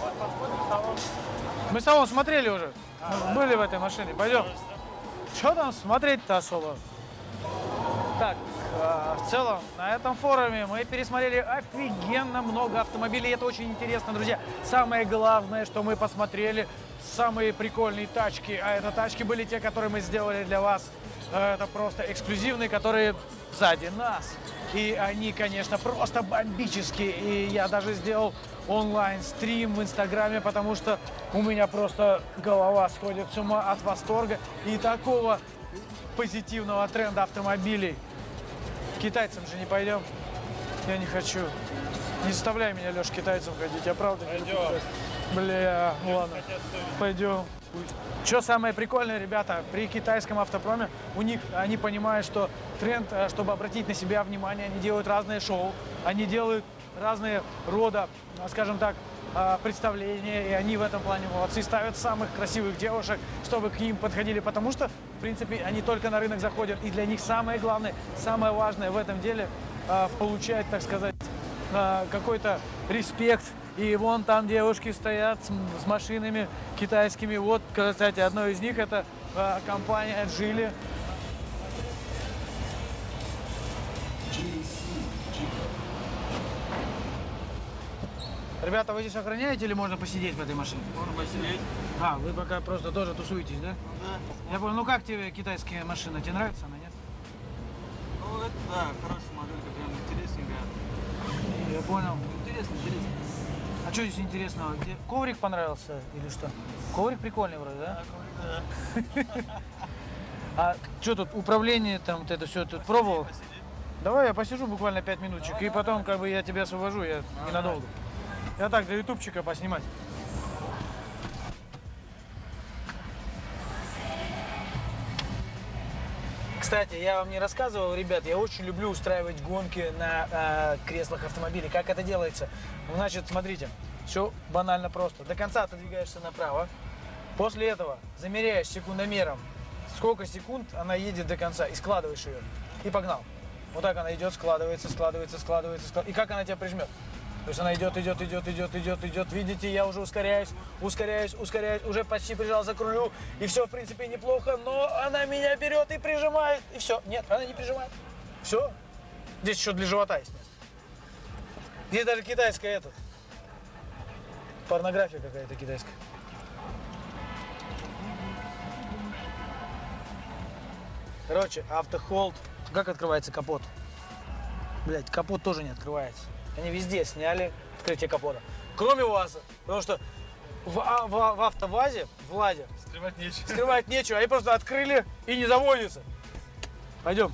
Мы салон смотрели уже. Мы были в этой машине. Пойдем. Что там смотреть-то особо? Так, э, в целом, на этом форуме мы пересмотрели офигенно много автомобилей. Это очень интересно, друзья. Самое главное, что мы посмотрели, самые прикольные тачки. А это тачки были те, которые мы сделали для вас. Это просто эксклюзивные, которые сзади нас. И они, конечно, просто бомбические. И я даже сделал онлайн-стрим в Инстаграме, потому что у меня просто голова сходит с ума от восторга и такого позитивного тренда автомобилей. К китайцам же не пойдем. Я не хочу. Не заставляй меня, Леш, к китайцам ходить. Я правда не хочу. Бля, ладно. Пойдем. Что самое прикольное, ребята, при китайском автопроме у них, они понимают, что тренд, чтобы обратить на себя внимание, они делают разные шоу, они делают разные рода, скажем так, представления, и они в этом плане молодцы, ставят самых красивых девушек, чтобы к ним подходили, потому что, в принципе, они только на рынок заходят, и для них самое главное, самое важное в этом деле получать, так сказать, какой-то респект. И вон там девушки стоят с, с машинами китайскими. Вот, кстати, одной из них это э, компания Geely. Ребята, вы здесь охраняете или можно посидеть в этой машине? Можно посидеть. А, вы пока просто тоже тусуетесь, да? Да. Я понял. Ну как тебе китайская машина? Тебе нравится она, нет? Ну это да, хорошая моделька, прям интересненькая. Я понял. Интересно, интересно. А что здесь интересного? Тебе коврик понравился или что? Коврик прикольный вроде, да? Да, коврик, да. А что тут, управление там, вот это все тут пробовал? Давай я посижу буквально пять минуточек, и потом как бы я тебя освобожу, я ненадолго. Я так, для ютубчика поснимать. Кстати, я вам не рассказывал, ребят, я очень люблю устраивать гонки на э, креслах автомобилей. Как это делается? Значит, смотрите, все банально просто. До конца отодвигаешься направо. После этого замеряешь секундомером, сколько секунд она едет до конца, и складываешь ее. И погнал. Вот так она идет, складывается, складывается, складывается, складывается. И как она тебя прижмет? То есть она идет, идет, идет, идет, идет, идет. Видите, я уже ускоряюсь, ускоряюсь, ускоряюсь. Уже почти прижался к рулю. И все, в принципе, неплохо. Но она меня берет и прижимает. И все. Нет, она не прижимает. Все. Здесь еще для живота есть место. Здесь даже китайская этот. Порнография какая-то китайская. Короче, автохолд. Как открывается капот? Блять, капот тоже не открывается. Они везде сняли открытие капота. Кроме ВАЗа. Потому что в, в, в АвтоВАЗе, в Ладе, скрывать нечего. Скрывать нечего. Они просто открыли и не заводится. Пойдем.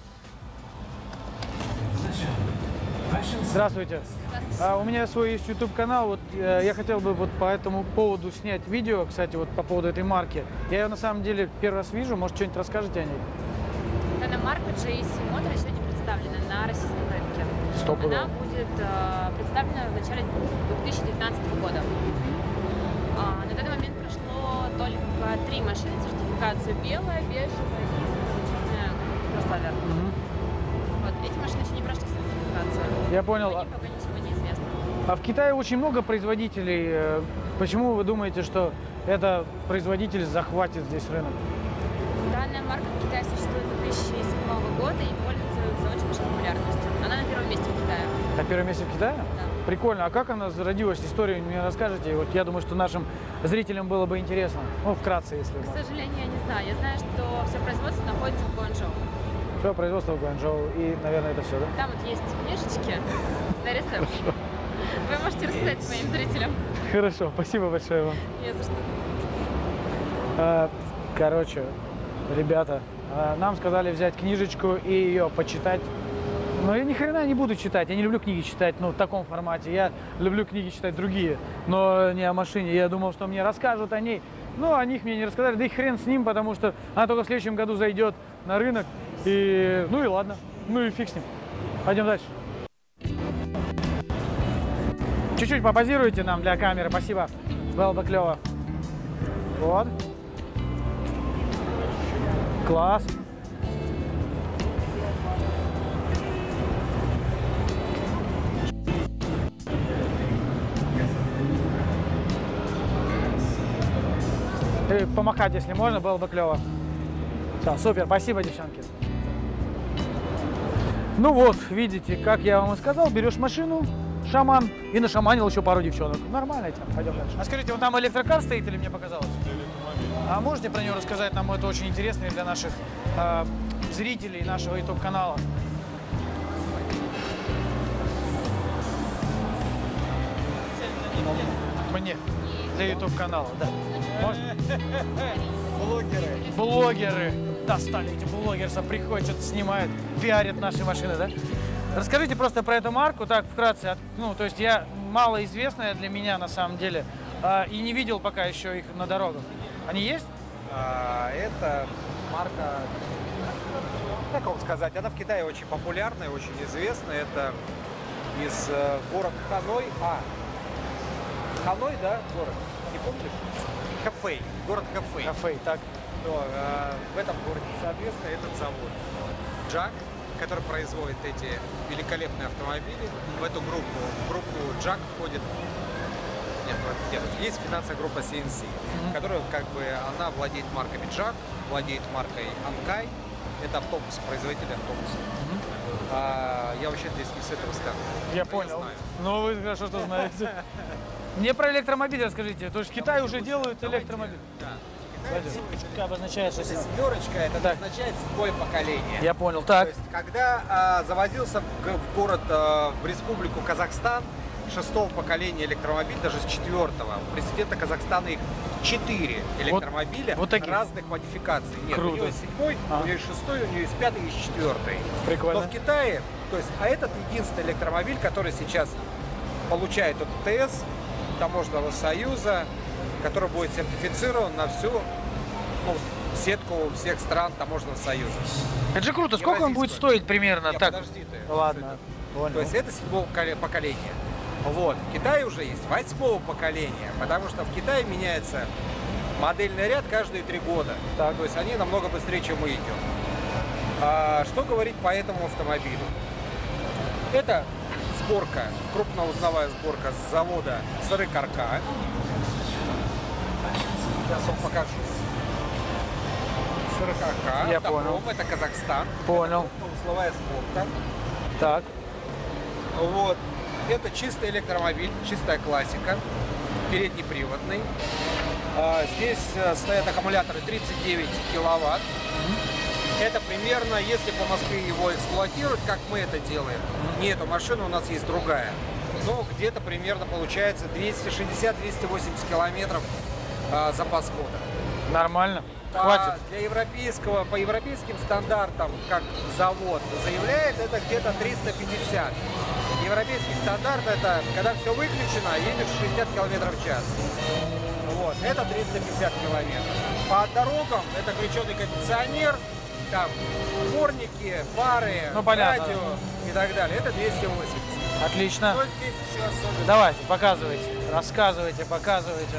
Здравствуйте. А, у меня свой есть YouTube канал. Вот, э, я хотел бы вот по этому поводу снять видео, кстати, вот по поводу этой марки. Я ее на самом деле первый раз вижу. Может, что-нибудь расскажете о ней? Данная марка джей си Motor еще не представлена на российском рынке. Стоп, Она будет э, представлена в начале две тысячи девятнадцатого года. А, на данный момент прошло только три машины, сертификацию белая, бежевая и кроссовер. Mm-hmm. Вот, эти машины еще не прошли сертификацию. Я понял. По ним пока ничего не известно. А в Китае очень много производителей. Почему вы думаете, что это производитель захватит здесь рынок? Данная марка в Китае существует две тысячи седьмого года и пользуется очень большой популярностью. Она на первом месте в Китае. На первом месте в Китае? Да. Прикольно. А как она зародилась? Историю мне расскажете? Вот я думаю, что нашим зрителям было бы интересно. Ну, вкратце, если К можно. сожалению, я не знаю. Я знаю, что все производство находится в Гуанчжоу. Все производство в Гуанчжоу. И, наверное, это все, да? Там вот есть книжечки на рецепт. Вы можете рассказать своим зрителям. Хорошо, спасибо большое вам. Не за что. А, Короче, ребята, а, нам сказали взять книжечку и ее почитать. Но я ни хрена не буду читать. Я не люблю книги читать, ну, в таком формате. Я люблю книги читать другие, но не о машине. Я думал, что мне расскажут о ней. Но о них мне не рассказали. Да и хрен с ним, потому что она только в следующем году зайдет на рынок. И ну и ладно. Ну и фиг с ним. Пойдем дальше. Чуть-чуть попозируйте нам для камеры. Спасибо. Было бы клево. Вот. Класс. И помахать, если можно, было бы клево. Все, супер, спасибо, девчонки. Ну вот, видите, как я вам и сказал, берешь машину, шаман, и нашаманил еще пару девчонок. Нормально тема, пойдем дальше. А скажите, вот там электрокар стоит или мне показалось? А можете про него рассказать? Нам это очень интересно для наших э, зрителей нашего YouTube-канала. Мне. Для YouTube-канала, да. Можно? Блогеры. Блогеры. Достали эти блогерсы, приходят, что-то снимают, пиарят наши машины, да? Расскажите просто про эту марку, так, вкратце. Ну, то есть я малоизвестная для меня, на самом деле, э, и не видел пока еще их на дорогах. Они есть? А, это марка, как вам сказать, она в Китае очень популярная, очень известная. Это из э, города Ханой. А, Ханой, да, город? Не помнишь? Хэфэй, город Хэфэй. Хэфэй, так. То, э, в этом городе, соответственно, этот завод Джак, который производит эти великолепные автомобили. В эту группу, в группу Джак входит, нет, нет, есть финансовая группа си эн си, mm-hmm. которая, как бы, она владеет марками Джак, владеет маркой Анкай, это автобус, производитель автобуса. Mm-hmm. а, я вообще здесь не с этого стану. Я понял. Ну, вы хорошо, что знаете. Мне про электромобиль расскажите. То есть в Китае уже делают электромобиль. Да. Что обозначает, что семерочка, это так. означает седьмое поколение. Я понял, так. То есть, когда а, завозился в, в город, а, в республику Казахстан, шестого поколения электромобиль, даже с четвертого, у президента Казахстана их четыре электромобиля вот, вот разных модификаций. Нет, круто. у него есть седьмой, а. у него есть шестой, у него есть пятый и четвертый. Прикольно. Но в Китае, то есть, а этот единственный электромобиль, который сейчас получает от тэ тэ эс, Таможенного союза, который будет сертифицирован на всю, ну, сетку всех стран Таможенного союза. Это же круто. Сколько он будет стоить примерно? Нет, так? Подожди ты. Ладно. Понял. То есть это седьмого поколения. Вот. В Китае уже есть восьмого поколения, потому что в Китае меняется модельный ряд каждые три года. Так. То есть они намного быстрее, чем мы идем. А, что говорить по этому автомобилю? Это сборка, крупноузловая сборка с завода Сарыкарка. Сейчас вам покажу. Сарыкарка. Я Автопром, понял. Это Казахстан. Понял. Это крупноузловая сборка. Так. Вот. Это чистый электромобиль, чистая классика, переднеприводный. А, здесь стоят аккумуляторы тридцать девять киловатт. Это примерно, если по Москве его эксплуатировать, как мы это делаем, не эту машину, у нас есть другая, но где-то примерно получается двести шестьдесят — двести восемьдесят километров а, запас хода. Нормально. По, Хватит. Для европейского, по европейским стандартам, как завод заявляет, это где-то триста пятьдесят. Европейский стандарт — это когда все выключено, едешь шестьдесят километров в час. Вот, это триста пятьдесят километров. По дорогам это включенный кондиционер, там дворники, фары, ну, понятно, радио да. и так далее. Это двести восемьдесят. Отлично. Что здесь еще особенно? Давайте, показывайте, рассказывайте, показывайте.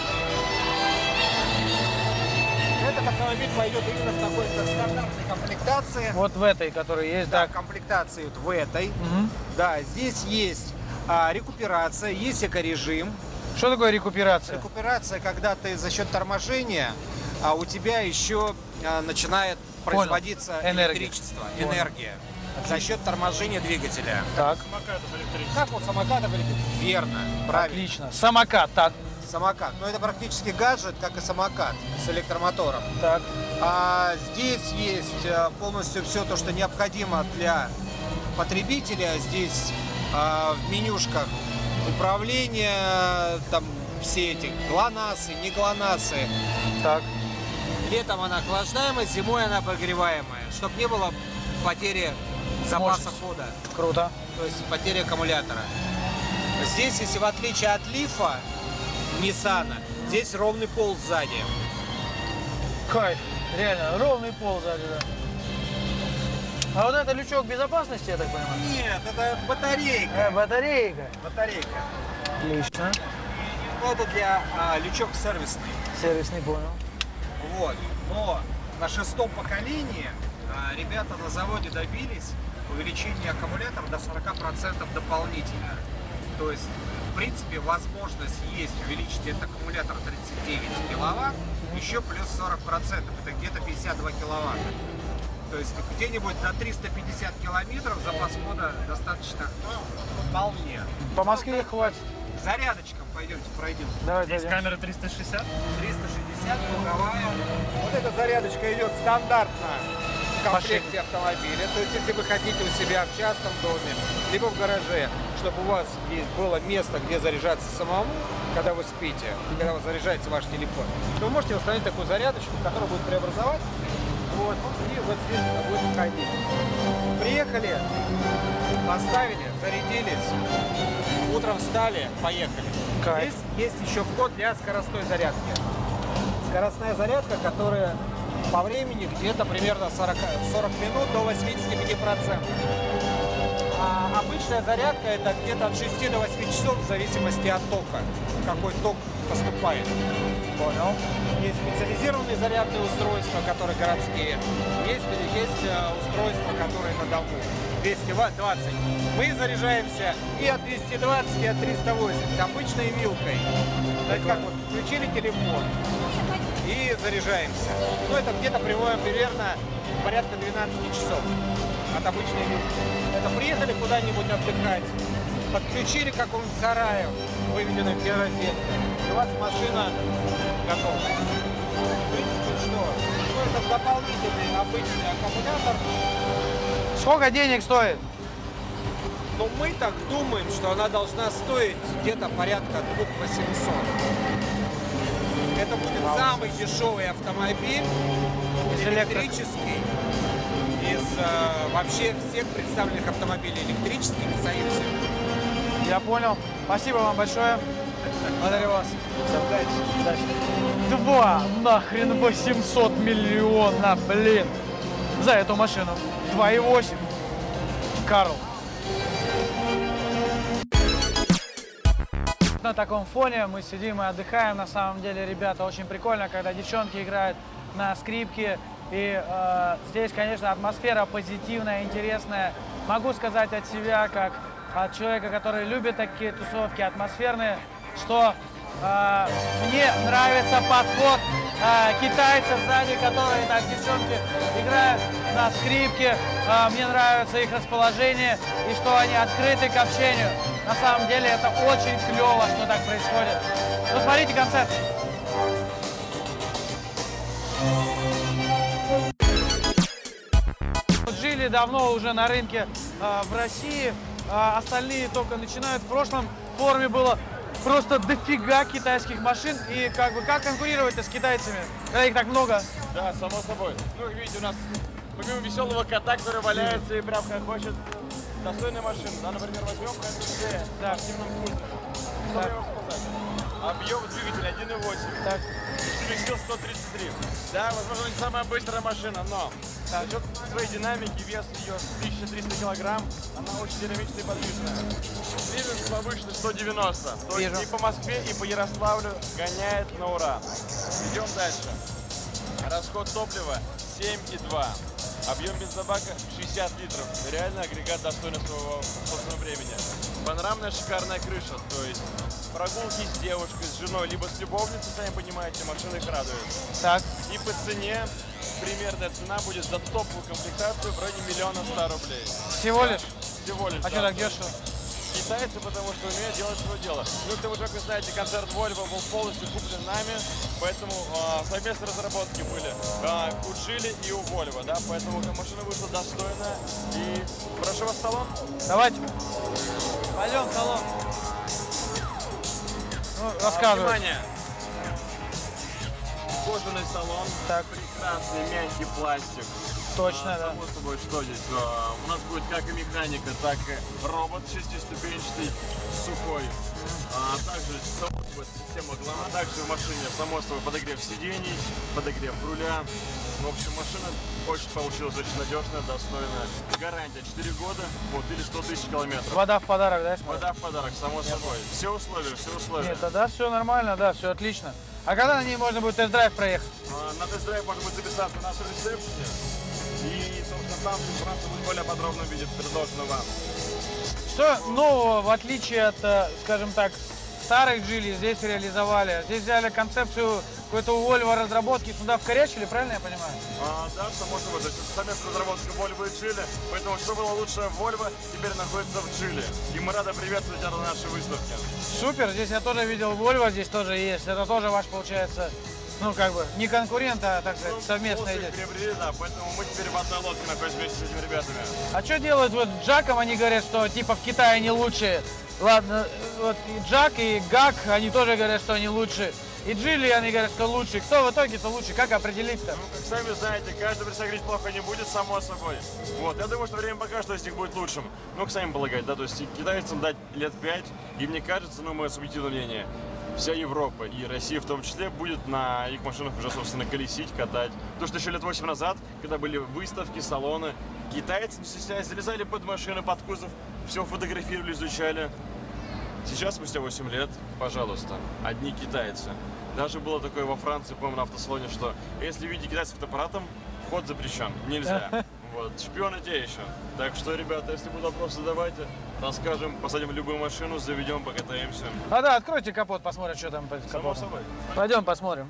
Этот автомобиль пойдет именно в такой стандартной комплектации. Вот в этой, которая есть, да. Да, комплектации вот в этой. Угу. Да, здесь есть а, рекуперация, есть экорежим. Что такое рекуперация? Рекуперация, когда ты за счет торможения, а у тебя еще а, начинает производиться Энергия. электричество, Понял. энергия. За счет торможения двигателя. Так. Самокатов электрических. Как вот самокатов электрических? Верно, правильно. Отлично. Самокат, так. Самокат. Но это практически гаджет, как и самокат с электромотором. Так. А здесь есть э, полностью все то, что необходимо для потребителя. Здесь э, в менюшках управление, там все эти глонассы, не глонассы. Так. Летом она охлаждаемая, зимой она обогреваемая, чтобы не было потери запаса Мощность. хода. Круто. То есть потери аккумулятора. Здесь, если в отличие от Лифа, Ниссана, здесь ровный пол сзади. Кайф. Реально, ровный пол сзади, да. А вот это лючок безопасности, я так понимаю? Нет, это батарейка. Э, батарейка. Батарейка. Отлично. Ну, это для а, лючок сервисный. Сервисный, понял. Вот. Но на шестом поколении а, ребята на заводе добились увеличения аккумулятора до сорока процентов дополнительно. То есть, в принципе, возможность есть увеличить этот аккумулятор тридцать девять киловатт, еще плюс сорок процентов. Это где-то пятьдесят два киловатта. То есть где-нибудь за триста пятьдесят километров запас хода достаточно вполне. По Москве хватит. К зарядочкам пойдемте пройдем. Давай, Здесь дойдем. камера триста шестьдесят. триста шестьдесят, круговая. Вот эта зарядочка идет стандартно в комплекте автомобиля. То есть если вы хотите у себя в частном доме, либо в гараже, чтобы у вас было место, где заряжаться самому, когда вы спите, когда вы заряжаете ваш телефон, то вы можете установить такую зарядочку, которая будет преобразовать. Вот, и вот здесь она будет входить. Приехали, поставили, зарядились, утром встали, поехали. Кайф. Здесь есть еще вход для скоростной зарядки. Скоростная зарядка, которая по времени где-то примерно сорок, сорок минут до восьмидесяти пяти процентов. А обычная зарядка это где-то от шести до восьми часов в зависимости от тока, какой ток поступает. Понял. Есть специализированные зарядные устройства, которые городские. Есть, есть устройства, которые на дому. двести двадцать. Мы заряжаемся и от двухсот двадцати, и от триста восьмидесяти обычной вилкой. То есть как вот включили телефон и заряжаемся. Ну это где-то приводим примерно порядка двенадцати часов от обычной вилки. Это приехали куда-нибудь отдыхать, подключили к какому-нибудь сараю, выведенной в керосин, и у вас машина готова. В принципе, что? Ну, это дополнительный обычный аккумулятор. Сколько денег стоит? Но мы так думаем, что она должна стоить где-то порядка двух тысяч восьмисот. Это будет самый дешевый автомобиль, электрический, из э, вообще всех представленных автомобилей электрических в Союзе. Я понял. Спасибо вам большое. Благодарю вас. Удачи. Удачи. Два нахрен восемьсот миллионов, блин. За эту машину. два и восемь. Карл. На таком фоне мы сидим и отдыхаем. На самом деле, ребята, очень прикольно, когда девчонки играют на скрипке. И э, здесь, конечно, атмосфера позитивная, интересная. Могу сказать от себя, как от человека, который любит такие тусовки атмосферные, что э, мне нравится подход э, китайцев сзади, которые так девчонки играют на скрипке. Э, мне нравится их расположение и что они открыты к общению. На самом деле это очень клево, что так происходит. Ну, смотрите концерт. Жили давно уже на рынке э, в России, э, остальные только начинают. В прошлом форуме было просто дофига китайских машин. И как бы как конкурировать-то с китайцами, когда их так много? Да, само собой. Ну, видите, у нас помимо веселого кота, который валяется и прям как хочет, достойная машина. Да, например, возьмем ка да. в спортивном кузове. Что я вам сказать? Объем двигателя один и восемь. Так. Штурмовых сил сто тридцать три. Да, возможно, не самая быстрая машина, но за счет своей динамики вес ее тысяча триста килограмм, она очень динамичная и подвижная. Клиренс повышенный сто девяносто. То Вижу. есть и по Москве, и по Ярославлю гоняет на ура. Идем дальше. Расход топлива семь и два. Объем бензобака шестьдесят литров. Реально агрегат достойный своего собственного времени. Панорамная шикарная крыша, то есть прогулки с девушкой, с женой, либо с любовницей, сами понимаете, машина их радует. Так. И по цене, примерная цена будет за топовую комплектацию в районе миллиона ста рублей. Всего лишь? Всего лишь. А что так дешево? Китайцы, потому что умеют делать свое дело. Ну, к тому же, как вы знаете, концерт Volvo был полностью куплен нами, поэтому э, совместные разработки были э, у Geely и у Volvo, да, поэтому машина вышла достойная. И прошу вас в салон. Давайте. Пойдем в салон. Ну, рассказывай. А, внимание. Кожаный салон. Так. Прекрасный мягкий пластик. Точно, а, да. Само собой, что здесь? А, у нас будет как и механика, так и робот шестиступенчатый, сухой. А также само собой, система глава. Также в машине, само собой, подогрев сидений, подогрев руля. В общем, машина очень получилась очень надежная, достойная. Гарантия четыре года, вот, или сто тысяч километров. Вода в подарок, да? Смотри? Вода в подарок, само собой. Все условия, все условия. Нет, тогда все нормально, да, все отлично. А когда на ней можно будет тест-драйв проехать? А, на тест-драйв можно будет записаться на нашем ресепшене. И, собственно, там информация будет более подробно видеть предложена вам. Что нового, в отличие от, скажем так, старых Geely, здесь реализовали? Здесь взяли концепцию какой-то у Volvo разработки, сюда вкорячили, правильно я понимаю? А, да, само собой. То есть это совместная разработка Volvo и Geely. Поэтому что было лучше в Volvo, теперь находится в Geely. И мы рады приветствовать тебя на нашей выставке. Супер, здесь я тоже видел Volvo, здесь тоже есть. Это тоже ваш, получается, ну как бы, не конкурент, а, так сказать, ну, совместная идея. Приобрели, да, поэтому мы теперь в одной лодке находимся вместе с этими ребятами. А что делают вот с Джаком? Они говорят, что типа в Китае они лучшие. Ладно, вот и Джак, и Гак, они тоже говорят, что они лучшие. И Geely, они говорят, что лучше. Кто в итоге-то лучше? Как определить-то? Ну, как сами знаете, каждый при себе говорить плохо не будет, само собой. Вот, я думаю, что время покажет, что из них будет лучшим. Ну, как сами полагаете, да, то есть китайцам дать лет пять, и мне кажется, ну, мое субъективное мнение, вся Европа и Россия в том числе будет на их машинах уже, собственно, колесить, катать. Потому что еще лет восемь назад, когда были выставки, салоны, китайцы, не стесняясь, залезали под машины, под кузов, все фотографировали, изучали. Сейчас, спустя восемь лет, пожалуйста, одни китайцы. Даже было такое во Франции, по-моему, на автосалоне, что если видите китайцев с фотоаппаратом, вход запрещен, нельзя. Вот, шпионы те еще. Так что, ребята, если будут вопросы, задавайте, расскажем, посадим в любую машину, заведем, покатаемся. А да, откройте капот, посмотрим, что там под капотом. Само собой. Пойдем посмотрим.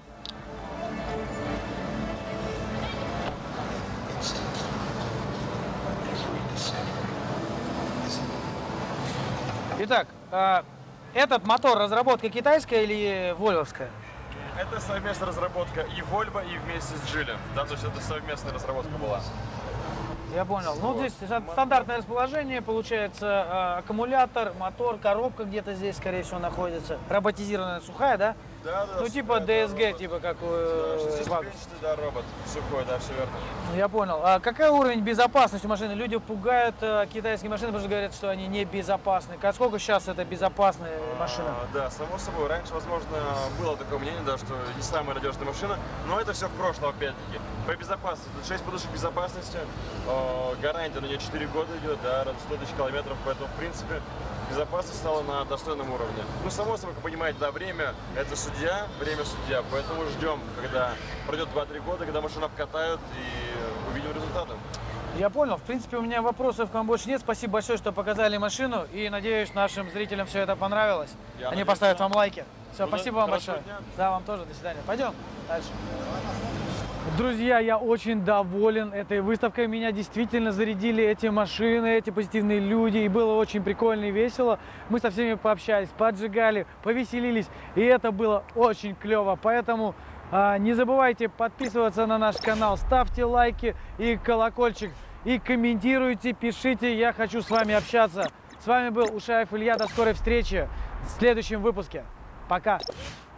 Итак, этот мотор разработка китайская или вольвовская? Это совместная разработка и Volvo, и вместе с Geely. Да, то есть это совместная разработка была. Я понял. Ну, здесь стандартное расположение, получается, аккумулятор, мотор, коробка где-то здесь, скорее всего, находится. Роботизированная, сухая, да? Да, да. Ну, типа ди эс джи, типа как у Вагов. Да, робот. Сухой, да, все верно. Я понял. А какой уровень безопасности машины? Люди пугают а, китайские машины, потому что говорят, что они не безопасны. А сколько сейчас это безопасная машина? А, да, само собой. Раньше, возможно, было такое мнение, да, что не самая надежная машина, но это все в прошлом, опять-таки. По безопасности. шесть подушек безопасности, э, гарантия на нее четыре года идет, да, сто тысяч километров, поэтому, в принципе, безопасность стала на достойном уровне. Ну, само собой, как вы понимаете, да, время – это судья, время судья, поэтому ждем, когда пройдет два-три года, когда машину обкатают и увидим результаты. Я понял. В принципе, у меня вопросов к вам больше нет. Спасибо большое, что показали машину, и надеюсь, нашим зрителям все это понравилось. Я Они надеюсь, поставят да. вам лайки. Все, Ну, спасибо вам хорошего большое. дня. Да, вам тоже. До свидания. Пойдем дальше. Друзья, я очень доволен этой выставкой. Меня действительно зарядили эти машины, эти позитивные люди. И было очень прикольно и весело. Мы со всеми пообщались, поджигали, повеселились. И это было очень клево. Поэтому а, не забывайте подписываться на наш канал. Ставьте лайки и колокольчик. И комментируйте, пишите. Я хочу с вами общаться. С вами был Ушаев Илья. До скорой встречи в следующем выпуске. Пока.